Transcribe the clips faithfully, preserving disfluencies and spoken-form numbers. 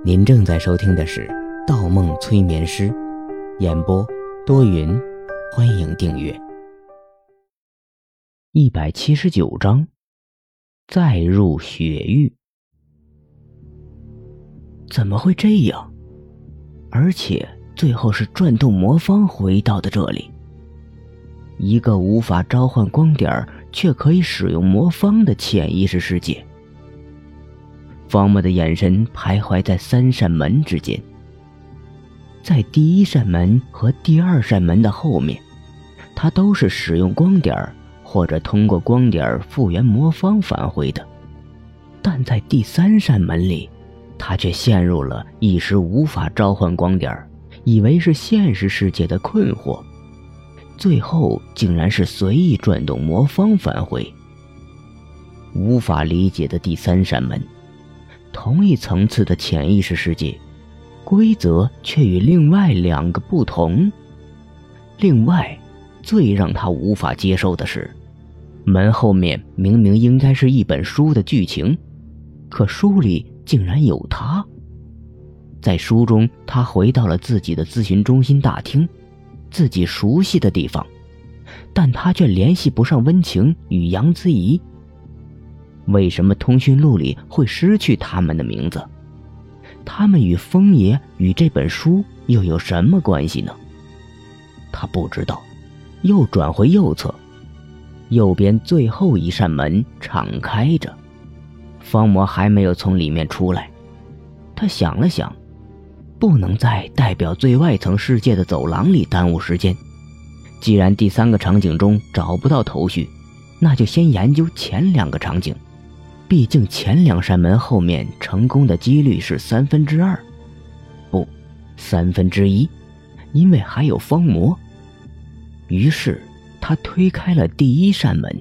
您正在收听的是《盗梦催眠师》，演播多云，欢迎订阅。一百七十九章，再入雪域。怎么会这样？而且最后是转动魔方回到的这里。一个无法召唤光点却可以使用魔方的潜意识世界。方木的眼神徘徊在三扇门之间，在第一扇门和第二扇门的后面，他都是使用光点或者通过光点复原魔方返回的，但在第三扇门里，他却陷入了一时无法召唤光点，以为是现实世界的困惑，最后竟然是随意转动魔方返回。无法理解的第三扇门，同一层次的潜意识世界，规则却与另外两个不同。另外，最让他无法接受的是，门后面明明应该是一本书的剧情，可书里竟然有他。在书中，他回到了自己的咨询中心大厅，自己熟悉的地方，但他却联系不上温情与杨子怡。为什么通讯录里会失去他们的名字？他们与风爷与这本书又有什么关系呢？他不知道。又转回右侧，右边最后一扇门敞开着，方魔还没有从里面出来。他想了想，不能在代表最外层世界的走廊里耽误时间，既然第三个场景中找不到头绪，那就先研究前两个场景，毕竟前两扇门后面成功的几率是三分之二，不，三分之一，因为还有方魔。于是他推开了第一扇门，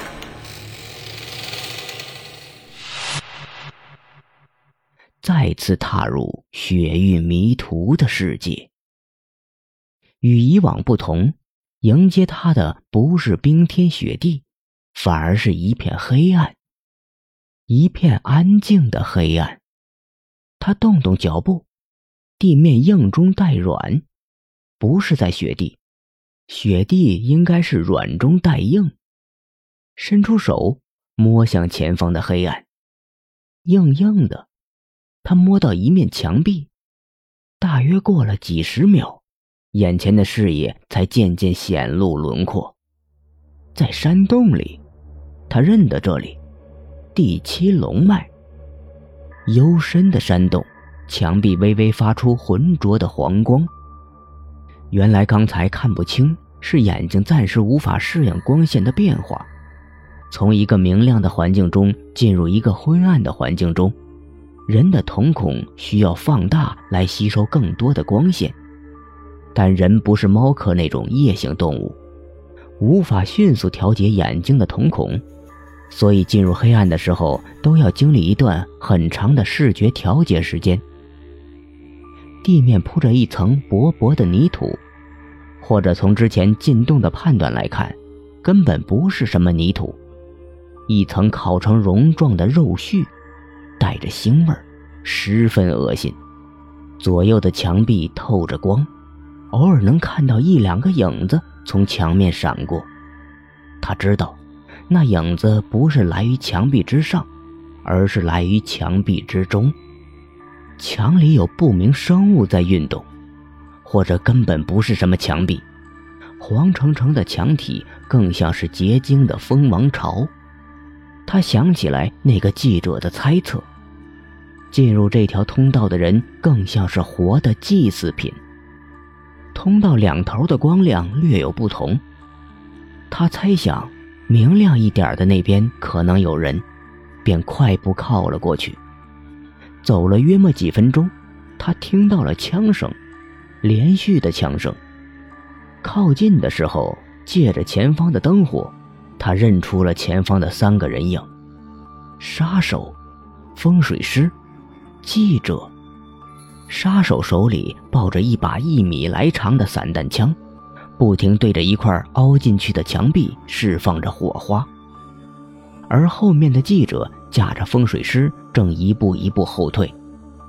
再次踏入雪域迷途的世界。与以往不同，迎接他的不是冰天雪地，反而是一片黑暗，一片安静的黑暗。他动动脚步，地面硬中带软，不是在雪地，雪地应该是软中带硬。伸出手摸向前方的黑暗，硬硬的。他摸到一面墙壁，大约过了几十秒，眼前的视野才渐渐显露轮廓。在山洞里，他认得这里，第七龙脉。幽深的山洞，墙壁微微发出浑浊的黄光。原来刚才看不清，是眼睛暂时无法适应光线的变化，从一个明亮的环境中进入一个昏暗的环境中，人的瞳孔需要放大来吸收更多的光线，但人不是猫科那种夜行动物，无法迅速调节眼睛的瞳孔，所以进入黑暗的时候都要经历一段很长的视觉调节时间。地面铺着一层薄薄的泥土，或者从之前进洞的判断来看，根本不是什么泥土，一层烤成蓉状的肉絮，带着腥味，十分恶心。左右的墙壁透着光，偶尔能看到一两个影子从墙面闪过。他知道，那影子不是来于墙壁之上，而是来于墙壁之中。墙里有不明生物在运动，或者根本不是什么墙壁，黄澄澄的墙体更像是结晶的蜂王巢。他想起来那个记者的猜测，进入这条通道的人更像是活的祭祀品。通道两头的光亮略有不同，他猜想明亮一点的那边可能有人，便快步靠了过去。走了约莫几分钟，他听到了枪声，连续的枪声。靠近的时候，借着前方的灯火，他认出了前方的三个人影：杀手、风水师、记者。杀手手里抱着一把一米来长的散弹枪，不停对着一块凹进去的墙壁释放着火花。而后面的记者架着风水师正一步一步后退。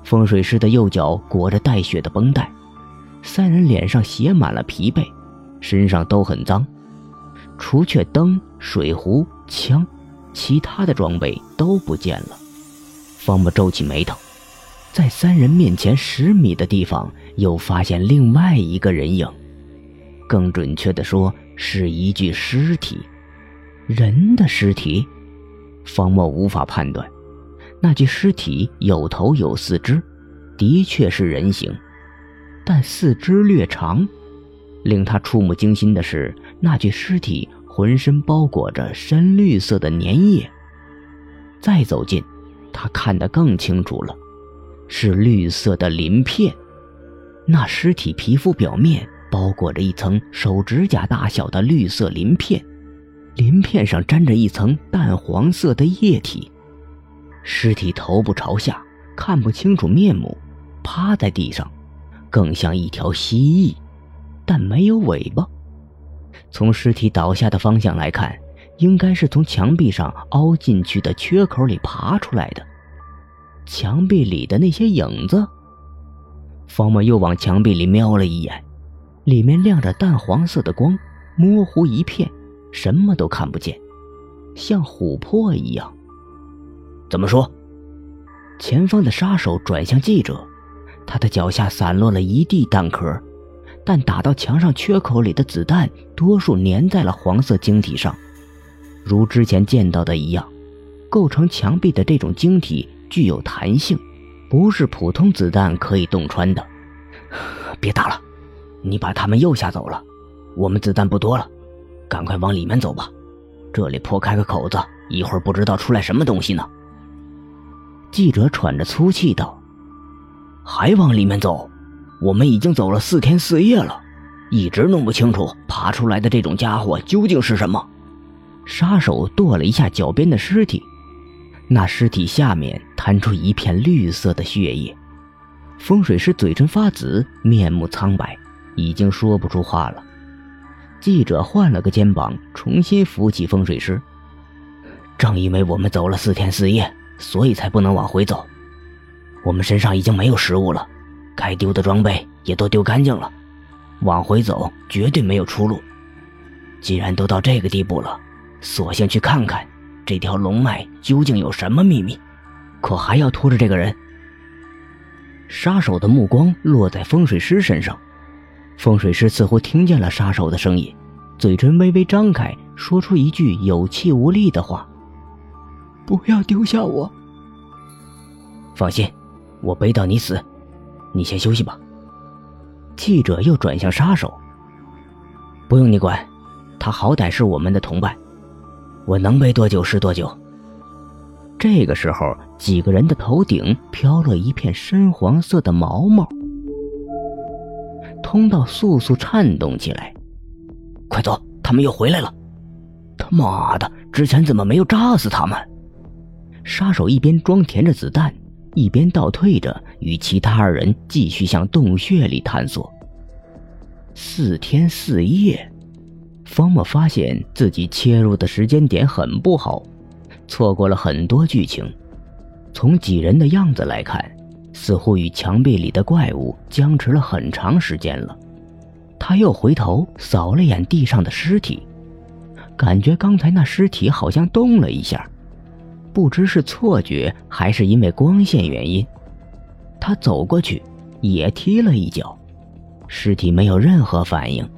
风水师的右脚裹着带血的绷带，三人脸上写满了疲惫，身上都很脏，除却灯、水壶、枪，其他的装备都不见了。方木皱起眉头，在三人面前十米的地方又发现另外一个人影，更准确地说是一具尸体。人的尸体？方木无法判断，那具尸体有头有四肢，的确是人形，但四肢略长。令他触目惊心的是，那具尸体浑身包裹着深绿色的粘液。再走近，他看得更清楚了，是绿色的鳞片。那尸体皮肤表面包裹着一层手指甲大小的绿色鳞片，鳞片上沾着一层淡黄色的液体。尸体头部朝下，看不清楚面目，趴在地上，更像一条蜥蜴，但没有尾巴。从尸体倒下的方向来看，应该是从墙壁上凹进去的缺口里爬出来的。墙壁里的那些影子，方木又往墙壁里瞄了一眼，里面亮着淡黄色的光，模糊一片，什么都看不见，像琥珀一样。怎么说？前方的杀手转向记者，他的脚下散落了一地弹壳，但打到墙上缺口里的子弹多数粘在了黄色晶体上。如之前见到的一样，构成墙壁的这种晶体具有弹性，不是普通子弹可以洞穿的。别打了，你把他们又吓走了，我们子弹不多了，赶快往里面走吧，这里破开个口子，一会儿不知道出来什么东西呢。记者喘着粗气道，还往里面走？我们已经走了四天四夜了，一直弄不清楚爬出来的这种家伙究竟是什么。杀手跺了一下脚边的尸体，那尸体下面弹出一片绿色的血液。风水师嘴唇发紫，面目苍白，已经说不出话了。记者换了个肩膀，重新扶起风水师。正因为我们走了四天四夜，所以才不能往回走。我们身上已经没有食物了，该丢的装备也都丢干净了，往回走绝对没有出路。既然都到这个地步了，索性去看看这条龙脉究竟有什么秘密，可还要拖着这个人。杀手的目光落在风水师身上，风水师似乎听见了杀手的声音，嘴唇微微张开，说出一句有气无力的话：不要丢下我。放心，我背到你死，你先休息吧。记者又转向杀手，不用你管，他好歹是我们的同伴，我能背多久是多久。这个时候，几个人的头顶飘落一片深黄色的毛毛，通道簌簌颤动起来。快走，他们又回来了！他妈的，之前怎么没有炸死他们？杀手一边装填着子弹，一边倒退着与其他二人继续向洞穴里探索。四天四夜，方莫发现自己切入的时间点很不好，错过了很多剧情。从几人的样子来看，似乎与墙壁里的怪物僵持了很长时间了。他又回头扫了眼地上的尸体，感觉刚才那尸体好像动了一下，不知是错觉还是因为光线原因。他走过去也踢了一脚，尸体没有任何反应。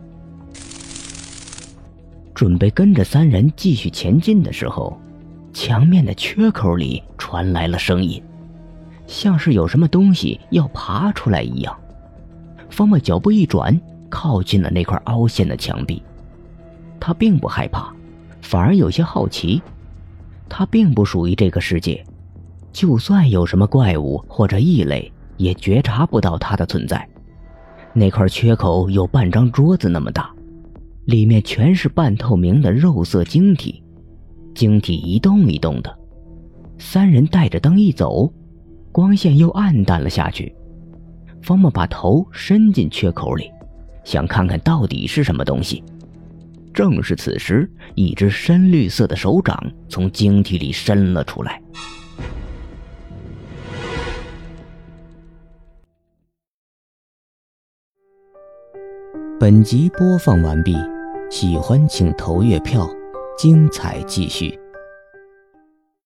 准备跟着三人继续前进的时候，墙面的缺口里传来了声音，像是有什么东西要爬出来一样。方莫脚步一转，靠近了那块凹陷的墙壁。他并不害怕，反而有些好奇。他并不属于这个世界，就算有什么怪物或者异类，也觉察不到它的存在。那块缺口有半张桌子那么大，里面全是半透明的肉色晶体，晶体一动一动的。三人带着灯一走，光线又暗淡了下去。方莫把头伸进缺口里，想看看到底是什么东西。正是此时，一只深绿色的手掌从晶体里伸了出来。 本集播放完毕，喜欢请投月票，精彩继续。